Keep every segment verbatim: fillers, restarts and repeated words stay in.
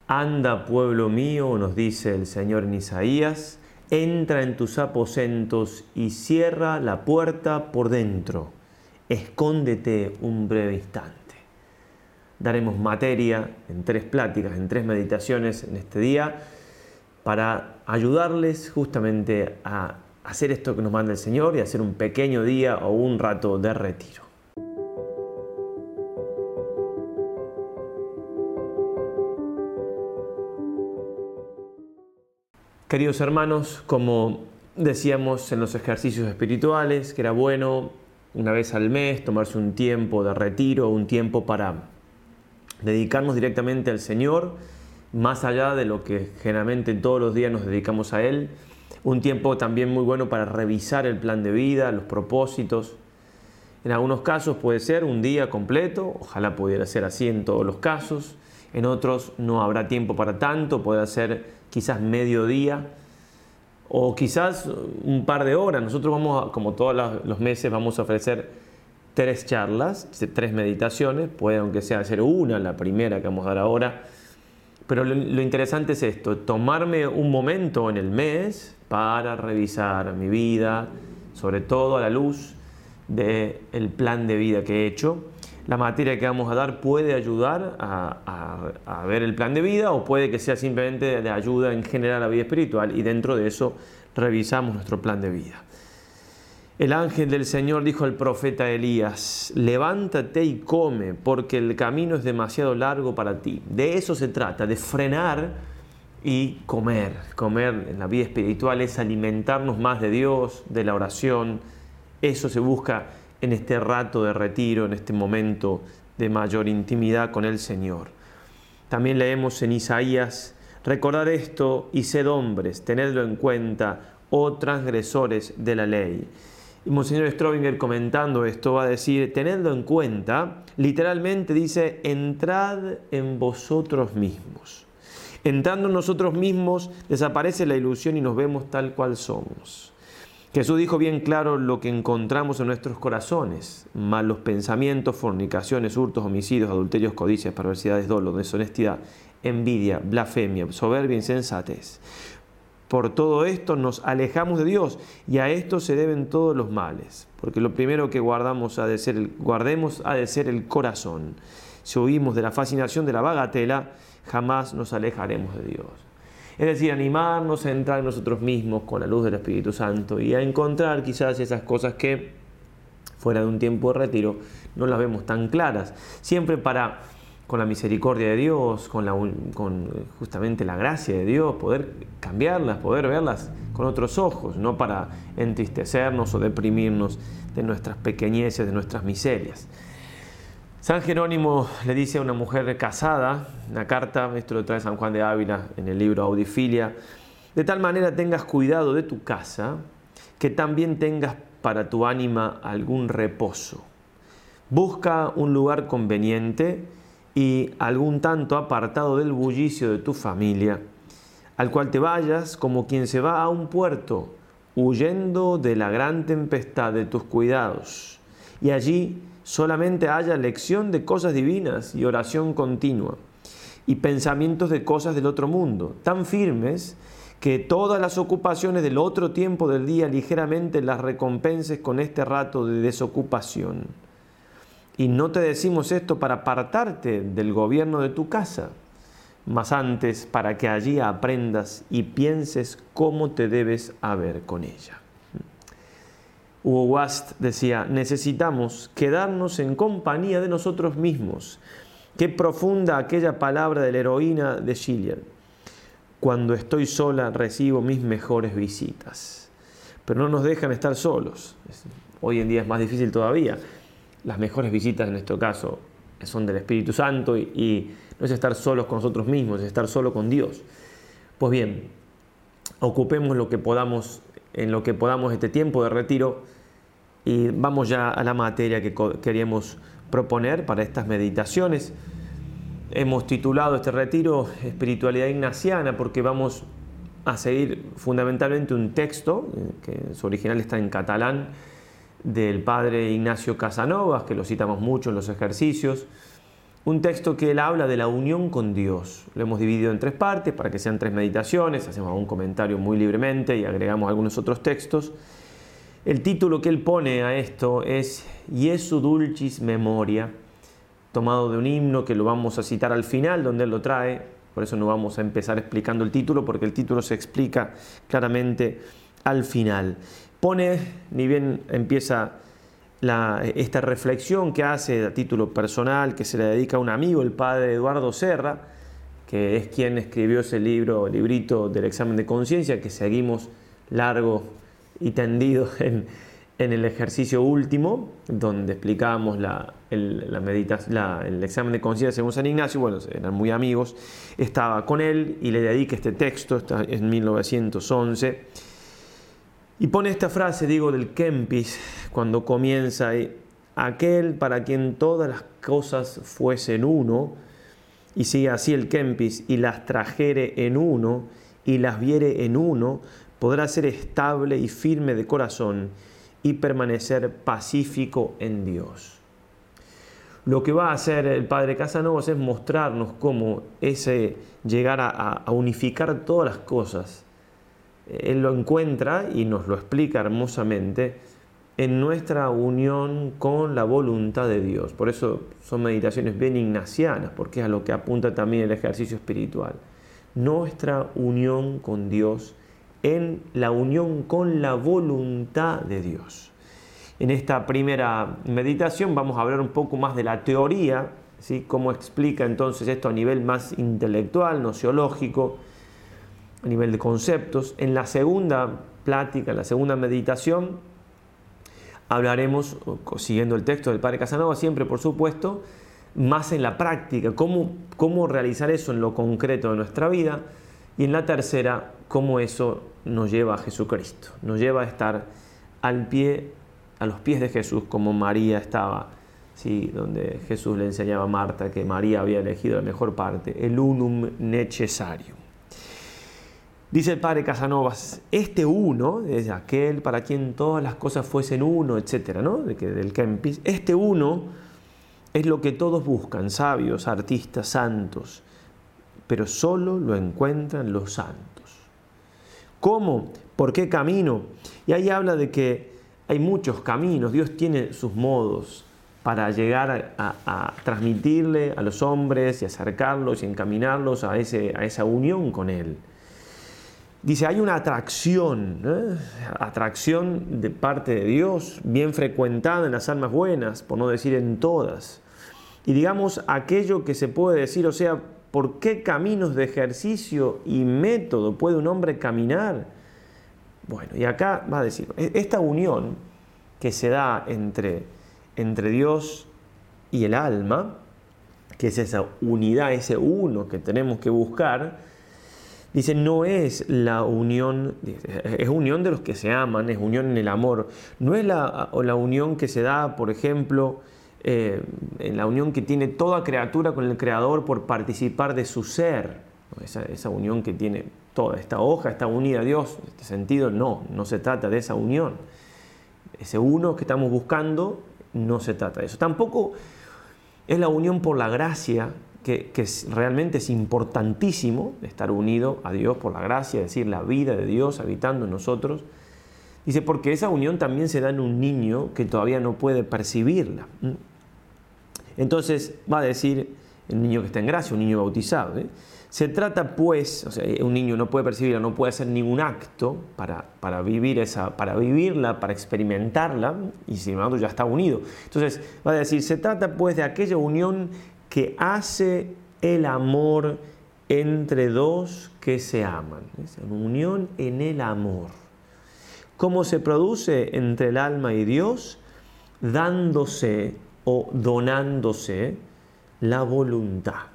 Anda, pueblo mío, nos dice el Señor en Isaías, entra en tus aposentos y cierra la puerta por dentro. Escóndete un breve instante. Daremos materia en tres pláticas, en tres meditaciones en este día, para ayudarles justamente a hacer esto que nos manda el Señor y hacer un pequeño día o un rato de retiro. Queridos hermanos, como decíamos en los ejercicios espirituales, que era bueno una vez al mes tomarse un tiempo de retiro, un tiempo para dedicarnos directamente al Señor, más allá de lo que generalmente todos los días nos dedicamos a Él. Un tiempo también muy bueno para revisar el plan de vida, los propósitos. En algunos casos puede ser un día completo, ojalá pudiera ser así en todos los casos. En otros no habrá tiempo para tanto, puede ser quizás mediodía o quizás un par de horas. Nosotros vamos, a, como todos los meses, vamos a ofrecer tres charlas, tres meditaciones. Puede aunque sea hacer una, la primera que vamos a dar ahora. Pero lo, lo interesante es esto, tomarme un momento en el mes para revisar mi vida, sobre todo a la luz del plan de vida que he hecho. La materia que vamos a dar puede ayudar a, a, a ver el plan de vida o puede que sea simplemente de ayuda en general a la vida espiritual y dentro de eso revisamos nuestro plan de vida. El ángel del Señor dijo al profeta Elías, levántate y come porque el camino es demasiado largo para ti. De eso se trata, de frenar y comer. Comer en la vida espiritual es alimentarnos más de Dios, de la oración. Eso se busca en este rato de retiro, en este momento de mayor intimidad con el Señor. También leemos en Isaías, recordad esto y sed hombres, tenedlo en cuenta, oh transgresores de la ley. Y Monseñor Ströbinger comentando esto va a decir, tenedlo en cuenta, literalmente dice, entrad en vosotros mismos. Entrando en nosotros mismos desaparece la ilusión y nos vemos tal cual somos. Jesús dijo bien claro lo que encontramos en nuestros corazones, malos pensamientos, fornicaciones, hurtos, homicidios, adulterios, codicias, perversidades, dolo, deshonestidad, envidia, blasfemia, soberbia, insensatez. Por todo esto nos alejamos de Dios y a esto se deben todos los males, porque lo primero que guardamos ha de ser el, guardemos ha de ser el corazón. Si huimos de la fascinación de la bagatela, jamás nos alejaremos de Dios. Es decir, animarnos a entrar en nosotros mismos con la luz del Espíritu Santo y a encontrar quizás esas cosas que fuera de un tiempo de retiro no las vemos tan claras. Siempre para, con la misericordia de Dios, con, la, con justamente la gracia de Dios, poder cambiarlas, poder verlas con otros ojos, no para entristecernos o deprimirnos de nuestras pequeñeces, de nuestras miserias. San Jerónimo le dice a una mujer casada, una carta, esto lo trae San Juan de Ávila en el libro Audifilia, de tal manera tengas cuidado de tu casa, que también tengas para tu ánima algún reposo. Busca un lugar conveniente y algún tanto apartado del bullicio de tu familia, al cual te vayas como quien se va a un puerto, huyendo de la gran tempestad de tus cuidados, y allí solamente haya lección de cosas divinas y oración continua y pensamientos de cosas del otro mundo, tan firmes que todas las ocupaciones del otro tiempo del día ligeramente las recompenses con este rato de desocupación. Y no te decimos esto para apartarte del gobierno de tu casa, mas antes para que allí aprendas y pienses cómo te debes haber con ella. Hugo Wast decía, necesitamos quedarnos en compañía de nosotros mismos. Qué profunda aquella palabra de la heroína de Schiller. Cuando estoy sola recibo mis mejores visitas. Pero no nos dejan estar solos. Hoy en día es más difícil todavía. Las mejores visitas en nuestro caso son del Espíritu Santo y, y no es estar solos con nosotros mismos, es estar solo con Dios. Pues bien, ocupemos lo que podamos, en lo que podamos este tiempo de retiro. Y vamos ya a la materia que queríamos proponer para estas meditaciones. Hemos titulado este retiro Espiritualidad Ignaciana porque vamos a seguir fundamentalmente un texto, que su original está en catalán, del padre Ignacio Casanovas, que lo citamos mucho en los ejercicios, un texto que él habla de la unión con Dios. Lo hemos dividido en tres partes para que sean tres meditaciones, hacemos un comentario muy libremente y agregamos algunos otros textos. El título que él pone a esto es Jesu Dulcis Memoria, tomado de un himno que lo vamos a citar al final, donde él lo trae. Por eso no vamos a empezar explicando el título, porque el título se explica claramente al final. Pone, ni bien empieza la, esta reflexión que hace a título personal, que se le dedica a un amigo, el padre Eduardo Serra, que es quien escribió ese libro, librito del examen de conciencia, que seguimos largo y tendido en, en el ejercicio último, donde explicábamos la, el, la medita, la, el examen de conciencia según San Ignacio. Bueno, eran muy amigos, estaba con él y le dedica este texto, está en mil novecientos once, y pone esta frase, digo, del Kempis, cuando comienza: aquel para quien todas las cosas fuesen uno, y sigue así el Kempis, y las trajere en uno, y las viere en uno, podrá ser estable y firme de corazón y permanecer pacífico en Dios. Lo que va a hacer el padre Casanovas es mostrarnos cómo ese llegar a, a unificar todas las cosas, él lo encuentra y nos lo explica hermosamente en nuestra unión con la voluntad de Dios. Por eso son meditaciones bien ignacianas, porque es a lo que apunta también el ejercicio espiritual. Nuestra unión con Dios en la unión con la voluntad de Dios. En esta primera meditación vamos a hablar un poco más de la teoría, ¿sí? Cómo explica entonces esto a nivel más intelectual, nociológico, a nivel de conceptos. En la segunda plática, en la segunda meditación, hablaremos, siguiendo el texto del padre Casanova, siempre por supuesto, más en la práctica, cómo, cómo realizar eso en lo concreto de nuestra vida. Y en la tercera, cómo eso nos lleva a Jesucristo, nos lleva a estar al pie, a los pies de Jesús, como María estaba, ¿sí? Donde Jesús le enseñaba a Marta que María había elegido la mejor parte, el unum necessarium. Dice el padre Casanovas, este uno, es aquel para quien todas las cosas fuesen uno, etcétera, ¿no? De que, del Kempis, este uno es lo que todos buscan, sabios, artistas, santos, pero solo lo encuentran los santos. ¿Cómo? ¿Por qué camino? Y ahí habla de que hay muchos caminos, Dios tiene sus modos para llegar a, a, a transmitirle a los hombres y acercarlos y encaminarlos a, ese, a esa unión con Él. Dice, hay una atracción, ¿eh? atracción de parte de Dios, bien frecuentada en las almas buenas, por no decir en todas. Y digamos, aquello que se puede decir, o sea, ¿por qué caminos de ejercicio y método puede un hombre caminar? Bueno, y acá va a decir, esta unión que se da entre, entre Dios y el alma, que es esa unidad, ese uno que tenemos que buscar, dice, no es la unión, es unión de los que se aman, es unión en el amor. No es la, la unión que se da, por ejemplo, eh, en la unión que tiene toda criatura con el Creador por participar de su ser. Esa, esa unión que tiene toda esta hoja, está unida a Dios. En este sentido, no, no se trata de esa unión. Ese uno que estamos buscando, no se trata de eso. Tampoco es la unión por la gracia, que, que es, realmente es importantísimo estar unido a Dios por la gracia, es decir, la vida de Dios habitando en nosotros. Dice, porque esa unión también se da en un niño que todavía no puede percibirla. Entonces va a decir el niño que está en gracia, un niño bautizado, ¿eh? Se trata pues, o sea, un niño no puede percibirla, no puede hacer ningún acto para, para, vivir esa, para vivirla, para experimentarla, y sin embargo ya está unido. Entonces va a decir, se trata pues de aquella unión que hace el amor entre dos que se aman. Es una unión en el amor. ¿Cómo se produce entre el alma y Dios? Dándose o donándose la voluntad.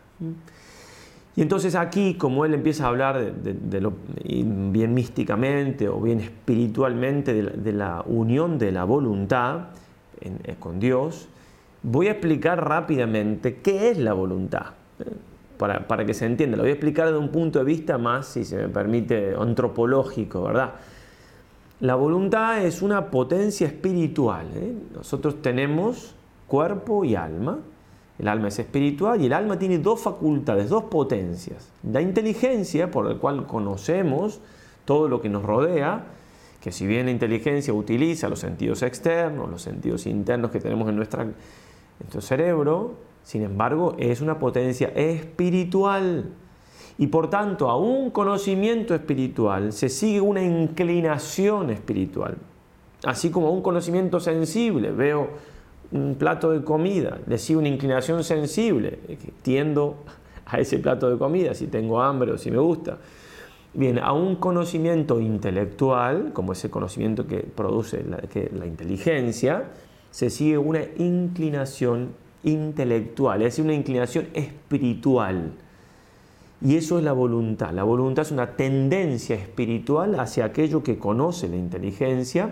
Y entonces aquí, como él empieza a hablar de, de, de lo, bien místicamente o bien espiritualmente de la, de la unión de la voluntad en, eh, con Dios, voy a explicar rápidamente qué es la voluntad, ¿eh? para, para que se entienda. Lo voy a explicar desde un punto de vista más, si se me permite, antropológico, ¿verdad? La voluntad es una potencia espiritual, ¿eh? Nosotros tenemos cuerpo y alma, El alma es espiritual y el alma tiene dos facultades, dos potencias. La inteligencia, por la cual conocemos todo lo que nos rodea, que si bien la inteligencia utiliza los sentidos externos, los sentidos internos que tenemos en, nuestra, en nuestro cerebro, sin embargo, es una potencia espiritual. Y por tanto, a un conocimiento espiritual se sigue una inclinación espiritual. Así como a un conocimiento sensible, veo un plato de comida, le sigue una inclinación sensible, tiendo a ese plato de comida si tengo hambre o si me gusta. Bien, a un conocimiento intelectual, como ese conocimiento que produce la, que, la inteligencia, se sigue una inclinación intelectual, es decir, una inclinación espiritual. Y eso es la voluntad. La voluntad es una tendencia espiritual hacia aquello que conoce la inteligencia.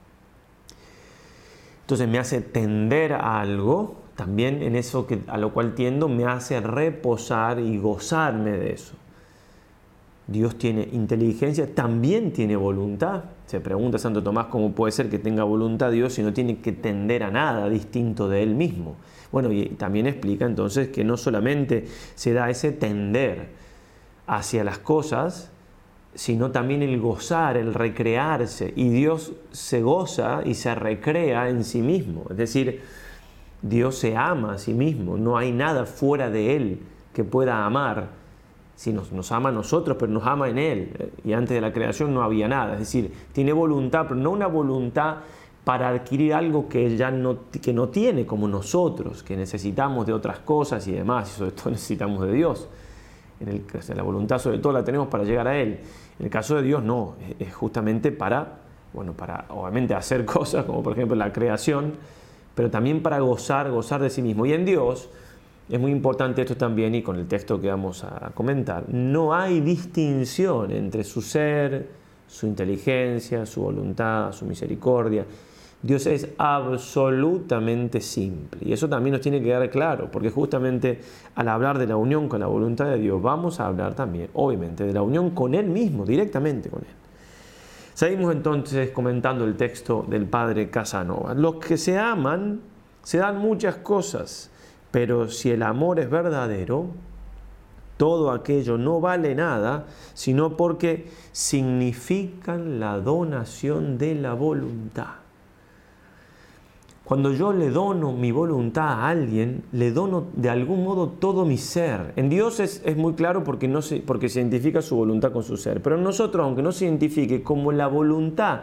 Entonces me hace tender a algo, también en eso que, a lo cual tiendo, me hace reposar y gozarme de eso. Dios tiene inteligencia, también tiene voluntad. Se pregunta Santo Tomás cómo puede ser que tenga voluntad Dios si no tiene que tender a nada distinto de Él mismo. Bueno, y también explica entonces que no solamente se da ese tender hacia las cosas, sino también el gozar, el recrearse. Y Dios se goza y se recrea en sí mismo. Es decir, Dios se ama a sí mismo. No hay nada fuera de Él que pueda amar. Si nos, nos ama a nosotros, pero nos ama en Él. Y antes de la creación no había nada. Es decir, tiene voluntad, pero no una voluntad para adquirir algo que Él ya no, que no tiene, como nosotros, que necesitamos de otras cosas y demás, y sobre todo necesitamos de Dios. En el, o sea, la voluntad sobre todo la tenemos para llegar a Él. En el caso de Dios no, es justamente para, bueno, para obviamente hacer cosas, como por ejemplo la creación, pero también para gozar, gozar de sí mismo. Y en Dios es muy importante esto también, y con el texto que vamos a comentar, no hay distinción entre su ser, su inteligencia, su voluntad, su misericordia. Dios es absolutamente simple, y eso también nos tiene que quedar claro, porque justamente al hablar de la unión con la voluntad de Dios, vamos a hablar también, obviamente, de la unión con Él mismo, directamente con Él. Seguimos entonces comentando el texto del padre Casanova. Los que se aman se dan muchas cosas, pero si el amor es verdadero, todo aquello no vale nada, sino porque significan la donación de la voluntad. Cuando yo le dono mi voluntad a alguien, le dono de algún modo todo mi ser. En Dios es, es muy claro porque, no se, porque se identifica su voluntad con su ser. Pero en nosotros, aunque no se identifique, como la voluntad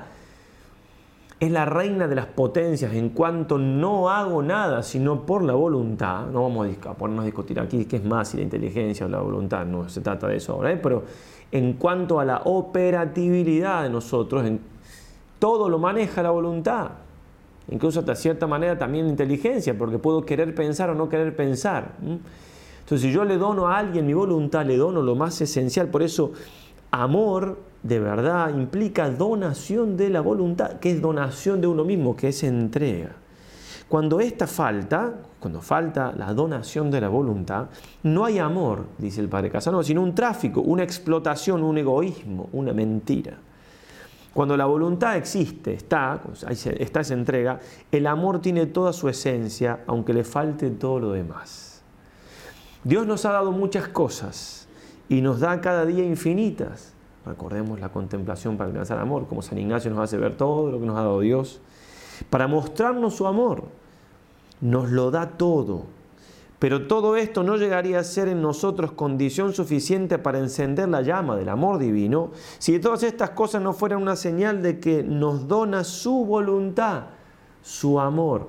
es la reina de las potencias en cuanto no hago nada sino por la voluntad. No vamos a ponernos a discutir aquí qué es más, si la inteligencia o la voluntad, no se trata de eso ahora, ¿eh? Pero en cuanto a la operatividad de nosotros, en, todo lo maneja la voluntad. Incluso hasta cierta manera también la inteligencia, porque puedo querer pensar o no querer pensar. Entonces, si yo le dono a alguien mi voluntad, le dono lo más esencial. Por eso, amor de verdad implica donación de la voluntad, que es donación de uno mismo, que es entrega. Cuando esta falta, cuando falta la donación de la voluntad, no hay amor, dice el padre Casanova, sino un tráfico, una explotación, un egoísmo, una mentira. Cuando la voluntad existe, está, está esa entrega, el amor tiene toda su esencia, aunque le falte todo lo demás. Dios nos ha dado muchas cosas y nos da cada día infinitas. Recordemos la contemplación para alcanzar amor, como San Ignacio nos hace ver todo lo que nos ha dado Dios. Para mostrarnos su amor, nos lo da todo. Pero todo esto no llegaría a ser en nosotros condición suficiente para encender la llama del amor divino si todas estas cosas no fueran una señal de que nos dona su voluntad, su amor.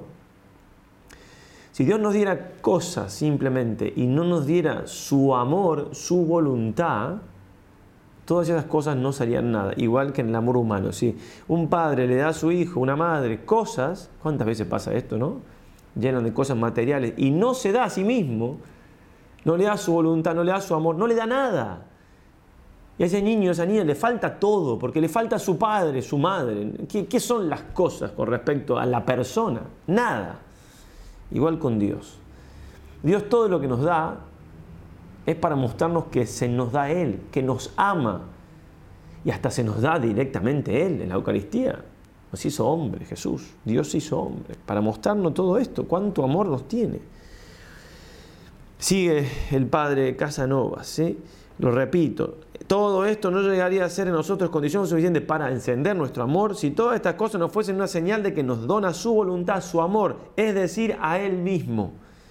Si Dios nos diera cosas simplemente y no nos diera su amor, su voluntad, todas esas cosas no serían nada. Igual que en el amor humano. Si un padre le da a su hijo, una madre, cosas, ¿cuántas veces pasa esto, no? Lleno de cosas materiales, y no se da a sí mismo, no le da su voluntad, no le da su amor, no le da nada. Y a ese niño, a esa niña le falta todo, porque le falta su padre, su madre. ¿Qué, qué son las cosas con respecto a la persona? Nada. Igual con Dios. Dios todo lo que nos da es para mostrarnos que se nos da Él, que nos ama, y hasta se nos da directamente Él en la Eucaristía. Nos hizo hombre, Jesús, Dios hizo hombre, para mostrarnos todo esto, cuánto amor nos tiene. Sigue el padre Casanovas, ¿sí? Lo repito, todo esto no llegaría a ser en nosotros condición suficiente para encender nuestro amor si todas estas cosas no fuesen una señal de que nos dona su voluntad, su amor, es decir, a Él mismo.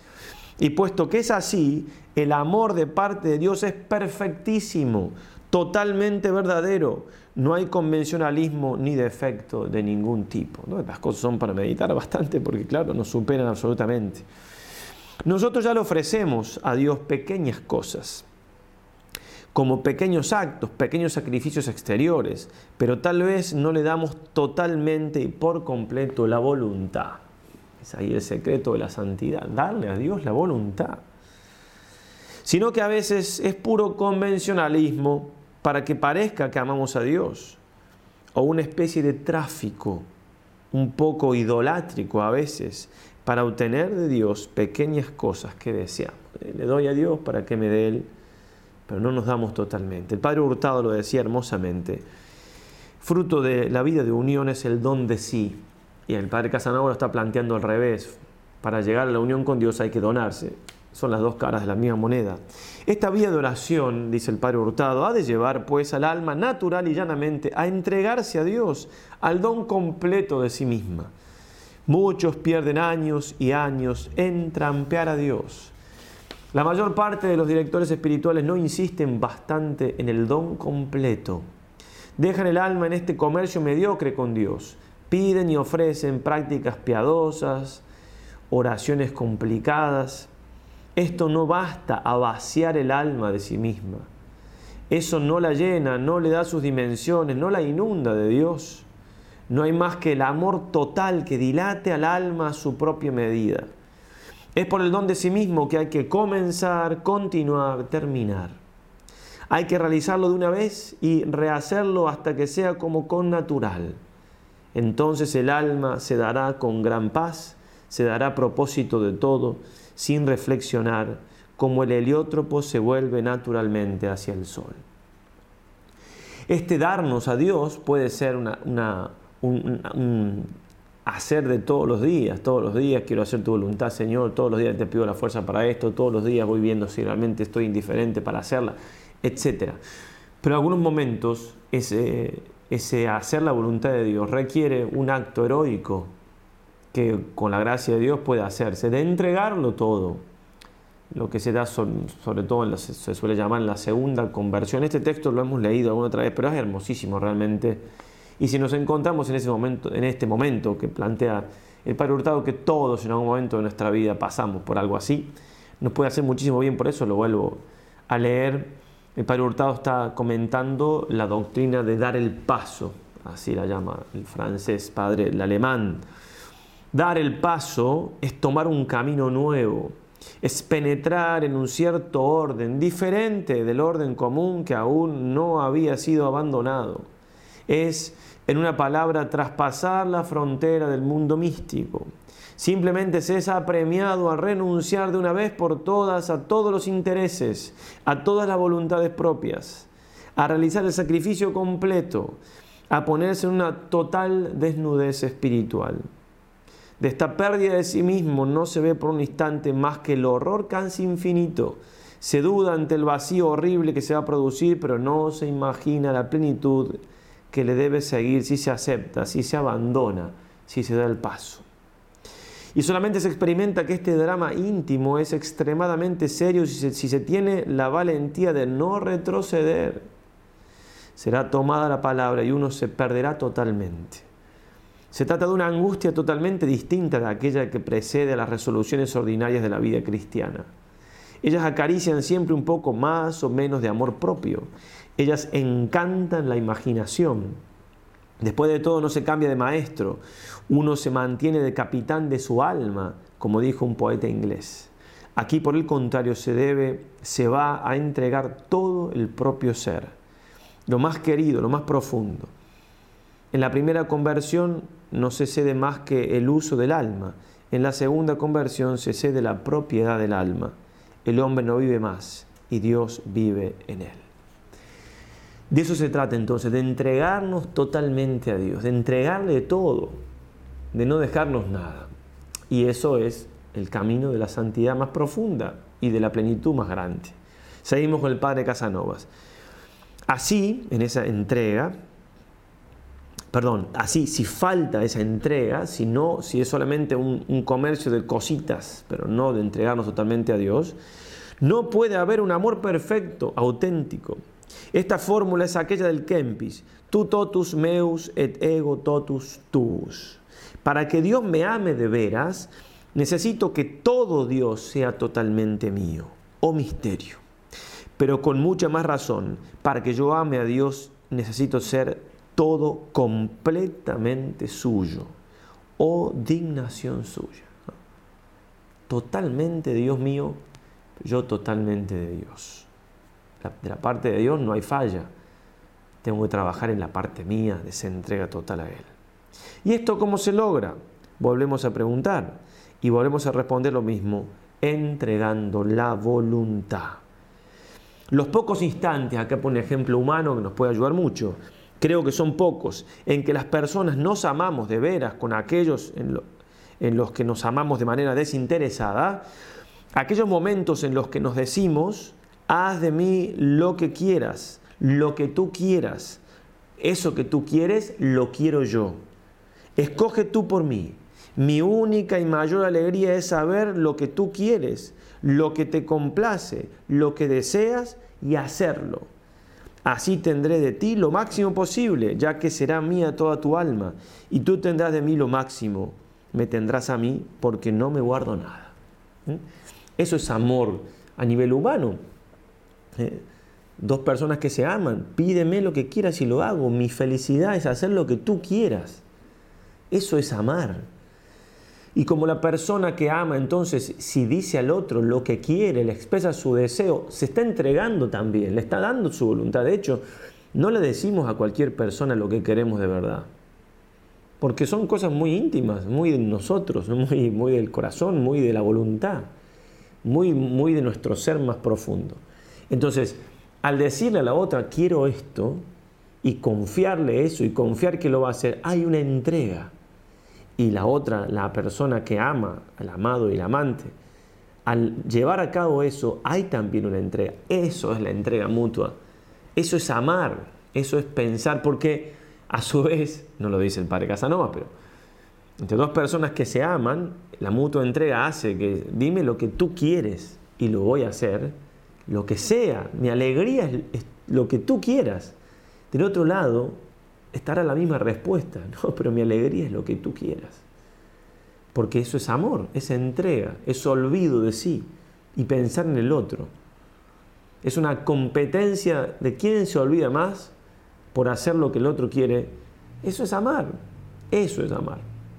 Y puesto que es así, el amor de parte de Dios es perfectísimo, totalmente verdadero. No hay convencionalismo ni defecto de ningún tipo, ¿no? Las cosas son para meditar bastante porque, claro, nos superan absolutamente. Nosotros ya le ofrecemos a Dios pequeñas cosas, como pequeños actos, pequeños sacrificios exteriores, pero tal vez no le damos totalmente y por completo la voluntad. Es ahí el secreto de la santidad, darle a Dios la voluntad. Sino que a veces es puro convencionalismo para que parezca que amamos a Dios, o una especie de tráfico, un poco idolátrico a veces, para obtener de Dios pequeñas cosas que deseamos. Le doy a Dios para que me dé Él, pero no nos damos totalmente. El padre Hurtado lo decía hermosamente: fruto de la vida de unión es el don de sí. Y el padre Casanova lo está planteando al revés. Para llegar a la unión con Dios hay que donarse. Son las dos caras de la misma moneda. Esta vida de oración, dice el padre Hurtado, ha de llevar pues al alma natural y llanamente a entregarse a Dios, al don completo de sí misma. Muchos pierden años y años en trampear a Dios. La mayor parte de los directores espirituales no insisten bastante en el don completo. Dejan el alma en este comercio mediocre con Dios. Piden y ofrecen prácticas piadosas, oraciones complicadas. Esto no basta a vaciar el alma de sí misma. Eso no la llena, no le da sus dimensiones, no la inunda de Dios. No hay más que el amor total que dilate al alma a su propia medida. Es por el don de sí mismo que hay que comenzar, continuar, terminar. Hay que realizarlo de una vez y rehacerlo hasta que sea como con natural. Entonces el alma se dará con gran paz, se dará a propósito de todo, sin reflexionar, como el heliótropo se vuelve naturalmente hacia el sol. Este darnos a Dios puede ser una, una, un, un hacer de todos los días. Todos los días quiero hacer tu voluntad, Señor. Todos los días te pido la fuerza para esto. Todos los días voy viendo si realmente estoy indiferente para hacerla, etcétera. Pero en algunos momentos ese, ese hacer la voluntad de Dios requiere un acto heroico que con la gracia de Dios puede hacerse, de entregarlo todo. Lo que se da son, sobre todo en la, se suele llamar la segunda conversión. Este texto lo hemos leído alguna otra vez, pero es hermosísimo realmente. Y si nos encontramos en, ese momento, en este momento que plantea el padre Hurtado, que todos en algún momento de nuestra vida pasamos por algo así, nos puede hacer muchísimo bien. Por eso lo vuelvo a leer. El padre Hurtado está comentando la doctrina de dar el paso, así la llama el francés, padre, el alemán. Dar el paso es tomar un camino nuevo, es penetrar en un cierto orden, diferente del orden común que aún no había sido abandonado. Es, en una palabra, traspasar la frontera del mundo místico. Simplemente se es apremiado a renunciar de una vez por todas a todos los intereses, a todas las voluntades propias, a realizar el sacrificio completo, a ponerse en una total desnudez espiritual. De esta pérdida de sí mismo no se ve por un instante más que el horror casi infinito. Se duda ante el vacío horrible que se va a producir, pero no se imagina la plenitud que le debe seguir si se acepta, si se abandona, si se da el paso. Y solamente se experimenta que este drama íntimo es extremadamente serio si se, si se tiene la valentía de no retroceder. Será tomada la palabra y uno se perderá totalmente. Se trata de una angustia totalmente distinta de aquella que precede a las resoluciones ordinarias de la vida cristiana. Ellas acarician siempre un poco más o menos de amor propio. Ellas encantan la imaginación. Después de todo no se cambia de maestro. Uno se mantiene de capitán de su alma, como dijo un poeta inglés. Aquí, por el contrario, se debe, se va a entregar todo el propio ser, lo más querido, lo más profundo. En la primera conversión no se cede más que el uso del alma. En la segunda conversión se cede la propiedad del alma. El hombre no vive más y Dios vive en él. De eso se trata entonces, de entregarnos totalmente a Dios, de entregarle todo, de no dejarnos nada. Y eso es el camino de la santidad más profunda y de la plenitud más grande. Seguimos con el padre Casanovas. Así, en esa entrega, perdón, así, si falta esa entrega, si no, si es solamente un, un comercio de cositas, pero no de entregarnos totalmente a Dios, no puede haber un amor perfecto, auténtico. Esta fórmula es aquella del Kempis, tu totus meus et ego totus tuus. Para que Dios me ame de veras, necesito que todo Dios sea totalmente mío, oh misterio. Pero con mucha más razón, para que yo ame a Dios, necesito ser todo completamente suyo, oh dignación suya. Totalmente Dios mío, yo totalmente de Dios. De la parte de Dios no hay falla. Tengo que trabajar en la parte mía de esa entrega total a Él. ¿Y esto cómo se logra? Volvemos a preguntar y volvemos a responder lo mismo, entregando la voluntad. Los pocos instantes, acá pone ejemplo humano que nos puede ayudar mucho, creo que son pocos, en que las personas nos amamos de veras con aquellos en, lo, en los que nos amamos de manera desinteresada, aquellos momentos en los que nos decimos, haz de mí lo que quieras, lo que tú quieras, eso que tú quieres, lo quiero yo. Escoge tú por mí. Mi única y mayor alegría es saber lo que tú quieres, lo que te complace, lo que deseas y hacerlo. Así tendré de ti lo máximo posible, ya que será mía toda tu alma, y tú tendrás de mí lo máximo, me tendrás a mí porque no me guardo nada. ¿Mm? Eso es amor a nivel humano. ¿Eh? Dos personas que se aman, pídeme lo que quieras y lo hago, mi felicidad es hacer lo que tú quieras. Eso es amar. Y como la persona que ama, entonces, si dice al otro lo que quiere, le expresa su deseo, se está entregando también, le está dando su voluntad. De hecho, no le decimos a cualquier persona lo que queremos de verdad. Porque son cosas muy íntimas, muy de nosotros, muy, muy del corazón, muy de la voluntad, muy, muy de nuestro ser más profundo. Entonces, al decirle a la otra, quiero esto, y confiarle eso, y confiar que lo va a hacer, hay una entrega. Y la otra, la persona que ama al amado y el amante, al llevar a cabo eso, hay también una entrega. Eso es la entrega mutua. Eso es amar, eso es pensar, porque a su vez, no lo dice el padre Casanova, pero entre dos personas que se aman, la mutua entrega hace que dime lo que tú quieres y lo voy a hacer, lo que sea, mi alegría es, es lo que tú quieras. Del otro lado, estará la misma respuesta, no, pero mi alegría es lo que tú quieras. Porque eso es amor, es entrega, es olvido de sí y pensar en el otro. Es una competencia de quién se olvida más por hacer lo que el otro quiere. Eso es amar, eso es amar.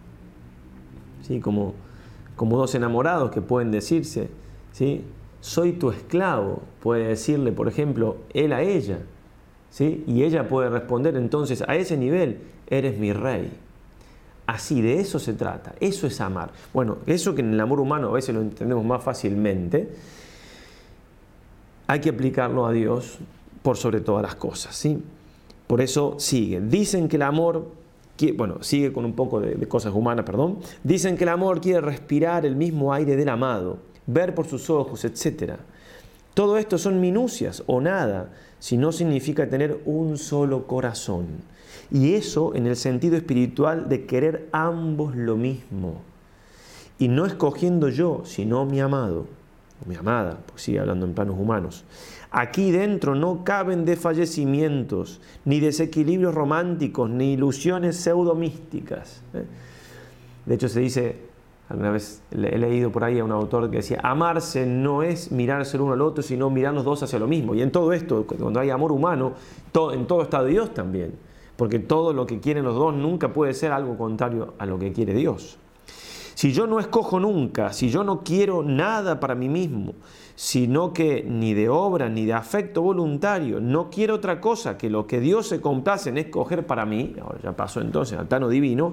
¿Sí? Como, como dos enamorados que pueden decirse, ¿sí? Soy tu esclavo, puede decirle, por ejemplo, él a ella. ¿Sí? Y ella puede responder entonces a ese nivel, eres mi rey. Así, de eso se trata, eso es amar. Bueno, eso que en el amor humano a veces lo entendemos más fácilmente, hay que aplicarlo a Dios por sobre todas las cosas, ¿sí? Por eso sigue. Dicen que el amor, bueno, sigue con un poco de, de cosas humanas, perdón. Dicen que el amor quiere respirar el mismo aire del amado, ver por sus ojos, etcétera. Todo esto son minucias o nada, si no significa tener un solo corazón. Y eso en el sentido espiritual de querer ambos lo mismo. Y no escogiendo yo, sino mi amado, o mi amada, pues sigue hablando en planos humanos. Aquí dentro no caben desfallecimientos, ni desequilibrios románticos, ni ilusiones pseudomísticas. ¿Eh? De hecho se dice... Alguna vez he leído por ahí a un autor que decía, amarse no es mirarse el uno al otro, sino mirar los dos hacia lo mismo. Y en todo esto, cuando hay amor humano, todo, en todo está Dios también. Porque todo lo que quieren los dos nunca puede ser algo contrario a lo que quiere Dios. Si yo no escojo nunca, si yo no quiero nada para mí mismo, sino que ni de obra ni de afecto voluntario, no quiero otra cosa que lo que Dios se complace en escoger para mí, ahora ya pasó entonces al plano divino,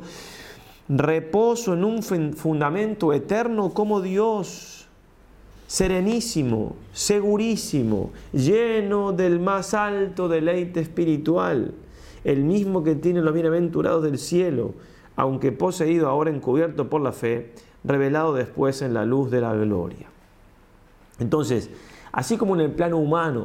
reposo en un fundamento eterno como Dios, serenísimo, segurísimo, lleno del más alto deleite espiritual, el mismo que tienen los bienaventurados del cielo, aunque poseído ahora encubierto por la fe, revelado después en la luz de la gloria. Entonces, así como en el plano humano,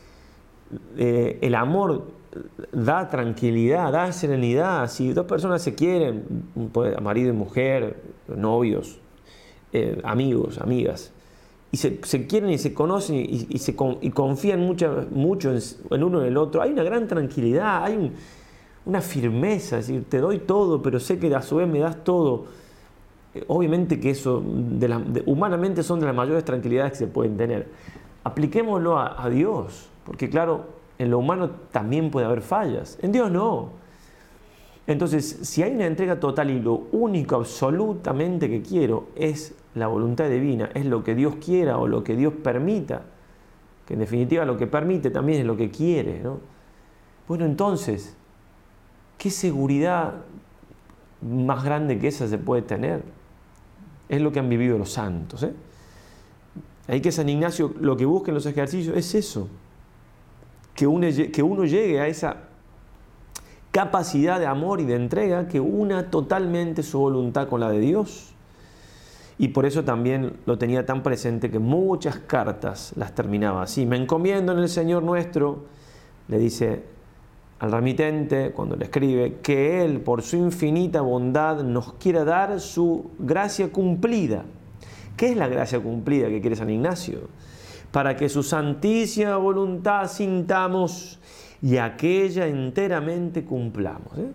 eh, el amor da tranquilidad, da serenidad. Si dos personas se quieren, marido y mujer, novios, eh, amigos, amigas, y se, se quieren y se conocen y, y, se, y confían mucho, mucho en, en uno en el otro, hay una gran tranquilidad, hay un, una firmeza, es decir, te doy todo, pero sé que a su vez me das todo. Eh, obviamente que eso, de la, de, humanamente, son de las mayores tranquilidades que se pueden tener. Apliquémoslo a, a Dios, porque claro, en lo humano también puede haber fallas, en Dios no. Entonces, si hay una entrega total y lo único absolutamente que quiero es la voluntad divina, es lo que Dios quiera o lo que Dios permita, que en definitiva lo que permite también es lo que quiere, ¿no? Bueno, entonces, ¿qué seguridad más grande que esa se puede tener? Es lo que han vivido los santos, ¿eh? Ahí que San Ignacio lo que busca en los ejercicios es eso, que uno, que uno llegue a esa capacidad de amor y de entrega que una totalmente su voluntad con la de Dios. Y por eso también lo tenía tan presente que muchas cartas las terminaba así: me encomiendo en el Señor nuestro, le dice al remitente cuando le escribe, que Él por su infinita bondad nos quiera dar su gracia cumplida. ¿Qué es la gracia cumplida que quiere San Ignacio? Para que su santísima voluntad sintamos y aquella enteramente cumplamos, ¿eh?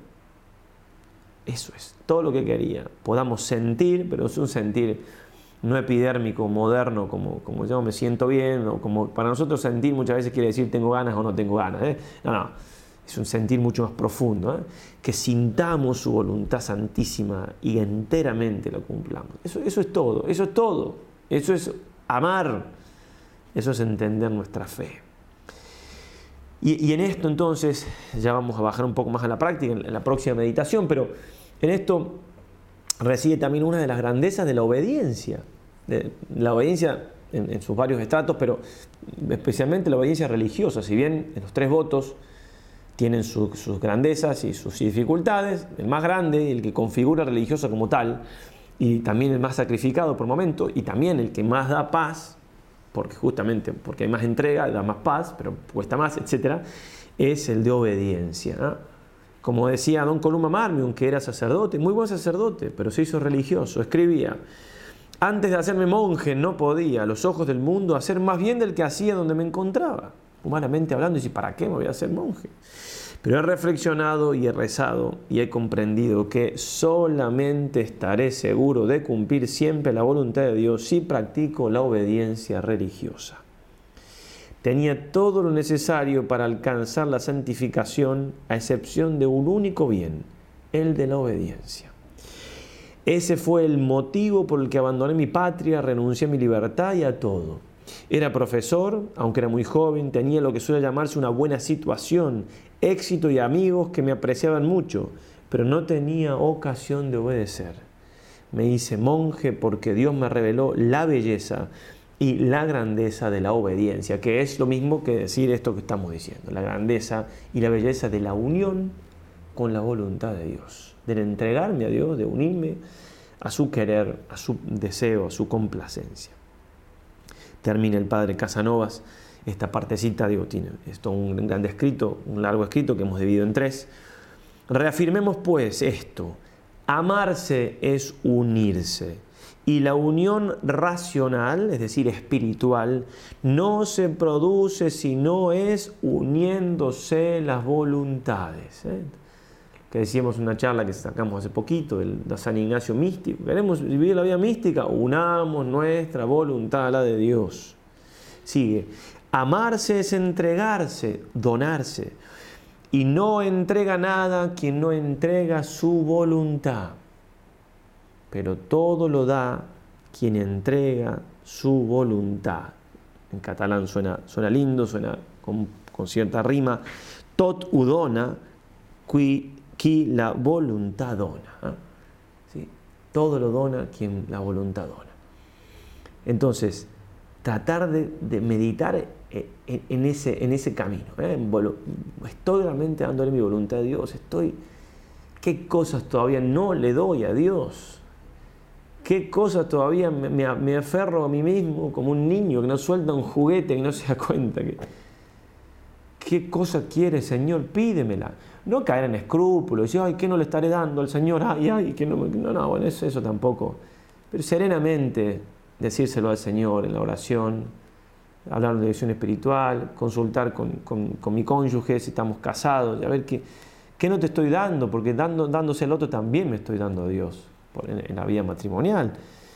Eso es todo lo que quería. Podamos sentir, pero es un sentir no epidérmico, moderno, como, como yo me siento bien, o como para nosotros sentir muchas veces quiere decir tengo ganas o no tengo ganas, ¿eh? No, no, es un sentir mucho más profundo, ¿eh? Que sintamos su voluntad santísima y enteramente lo cumplamos. Eso, eso es todo, eso es todo. Eso es amar, eso es entender nuestra fe. Y, y en esto entonces, ya vamos a bajar un poco más a la práctica en, en la próxima meditación, pero en esto reside también una de las grandezas de la obediencia. De, la obediencia en, en sus varios estratos, pero especialmente la obediencia religiosa. Si bien en los tres votos tienen su, sus grandezas y sus dificultades, el más grande, el que configura religiosa como tal, y también el más sacrificado por momento, y también el que más da paz, porque justamente porque hay más entrega, da más paz, pero cuesta más, etcétera, es el de obediencia, ¿no? Como decía don Columba Marmion, que era sacerdote, muy buen sacerdote, pero se hizo religioso, escribía: antes de hacerme monje no podía, a los ojos del mundo, hacer más bien del que hacía donde me encontraba. Humanamente hablando, y si ¿para qué me voy a hacer monje? Pero he reflexionado y he rezado y he comprendido que solamente estaré seguro de cumplir siempre la voluntad de Dios si practico la obediencia religiosa. Tenía todo lo necesario para alcanzar la santificación, a excepción de un único bien, el de la obediencia. Ese fue el motivo por el que abandoné mi patria, renuncié a mi libertad y a todo. Era profesor, aunque era muy joven, tenía lo que suele llamarse una buena situación, éxito y amigos que me apreciaban mucho, pero no tenía ocasión de obedecer. Me hice monje porque Dios me reveló la belleza y la grandeza de la obediencia, que es lo mismo que decir esto que estamos diciendo, la grandeza y la belleza de la unión con la voluntad de Dios, del entregarme a Dios, de unirme a su querer, a su deseo, a su complacencia. Termina el padre Casanovas esta partecita, digo, tiene esto un gran escrito, un largo escrito que hemos dividido en tres. Reafirmemos pues esto: amarse es unirse, y la unión racional, es decir, espiritual, no se produce si no es uniéndose las voluntades, ¿eh? Que decíamos en una charla que sacamos hace poquito de San Ignacio místico. ¿Queremos vivir la vida mística? Unamos nuestra voluntad a la de Dios. Sigue: amarse es entregarse, donarse, y no entrega nada quien no entrega su voluntad, pero todo lo da quien entrega su voluntad. En catalán suena, suena lindo, suena con, con cierta rima. Tot ho dona qui, qui la voluntad dona, ¿eh? ¿Sí? Todo lo dona quien la voluntad dona. Entonces, tratar de, de meditar en, en, ese, en ese camino, ¿eh? Estoy realmente dándole mi voluntad a Dios, estoy, ¿qué cosas todavía no le doy a Dios? ¿Qué cosa todavía me, me, me aferro a mí mismo como un niño que no suelta un juguete y no se da cuenta? Que, ¿qué cosa quiere, Señor? Pídemela. No caer en escrúpulos, decir, ay, ¿qué no le estaré dando al Señor? Ay, ay, que no, no, no, bueno, eso, eso tampoco. Pero serenamente decírselo al Señor en la oración, hablar de dirección espiritual, consultar con, con, con mi cónyuge si estamos casados, a ver qué, qué no te estoy dando, porque dando, dándose al otro también me estoy dando a Dios por, en, en la vida matrimonial.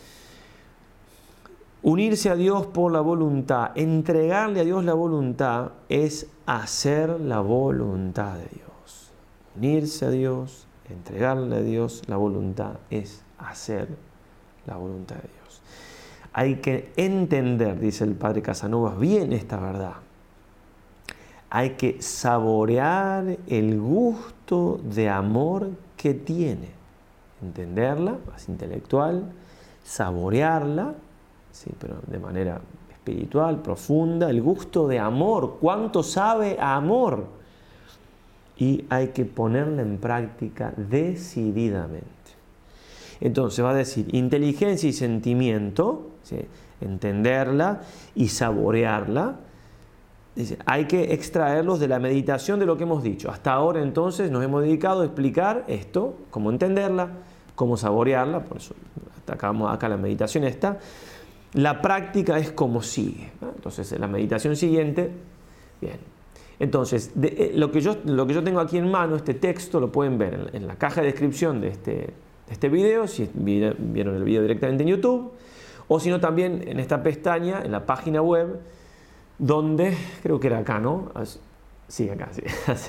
Unirse a Dios por la voluntad, entregarle a Dios la voluntad es hacer la voluntad de Dios. Unirse a Dios, entregarle a Dios la voluntad es hacer la voluntad de Dios. Hay que entender, dice el padre Casanovas, bien esta verdad. Hay que saborear el gusto de amor que tiene. Entenderla, más intelectual, saborearla, sí, pero de manera espiritual, profunda, el gusto de amor. ¿Cuánto sabe a amor? Y hay que ponerla en práctica decididamente. Entonces va a decir inteligencia y sentimiento, ¿sí? Entenderla y saborearla. Dice, hay que extraerlos de la meditación de lo que hemos dicho. Hasta ahora entonces nos hemos dedicado a explicar esto, cómo entenderla, cómo saborearla, por eso acabamos acá la meditación está. La práctica es como sigue, ¿no? Entonces la meditación siguiente, bien. Entonces, de, eh, lo, que yo, lo que yo tengo aquí en mano, este texto, lo pueden ver en, en la caja de descripción de este, de este video, si vieron el video directamente en YouTube, o si no también en esta pestaña, en la página web, donde, creo que era acá, ¿no? Sí, acá, sí.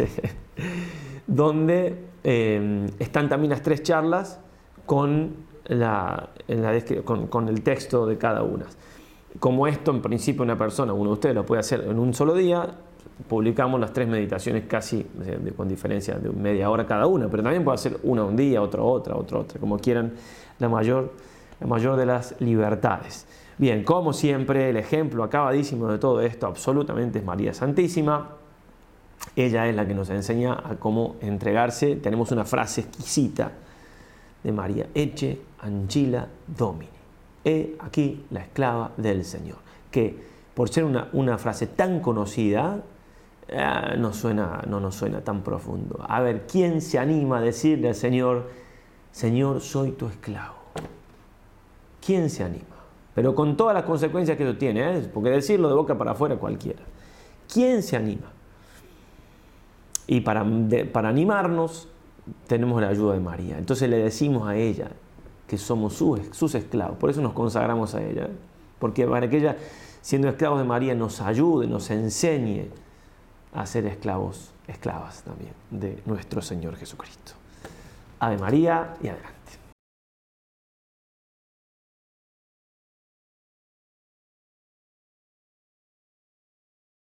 Donde eh, están también las tres charlas con, la, en la, con, con el texto de cada una. Como esto, en principio, una persona, uno de ustedes lo puede hacer en un solo día, publicamos las tres meditaciones casi con diferencia de media hora cada una, pero también puede hacer una un día, otra otra, otra otra, como quieran, la mayor, la mayor de las libertades. Bien, como siempre, el ejemplo acabadísimo de todo esto absolutamente es María Santísima. Ella es la que nos enseña a cómo entregarse. Tenemos una frase exquisita de María: Ecce ancilla Domini. He aquí la esclava del Señor. Que por ser una, una frase tan conocida, eh, no, suena, no nos suena tan profundo. A ver, ¿quién se anima a decirle al Señor: Señor, soy tu esclavo? ¿Quién se anima? Pero con todas las consecuencias que eso tiene, ¿eh? Porque decirlo de boca para afuera cualquiera. ¿Quién se anima? Y para, de, para animarnos tenemos la ayuda de María. Entonces le decimos a ella que somos sus, sus esclavos. Por eso nos consagramos a ella, ¿eh? Porque para que ella, siendo esclavos de María, nos ayude, nos enseñe a ser esclavos, esclavas también de nuestro Señor Jesucristo. Ave María y adelante.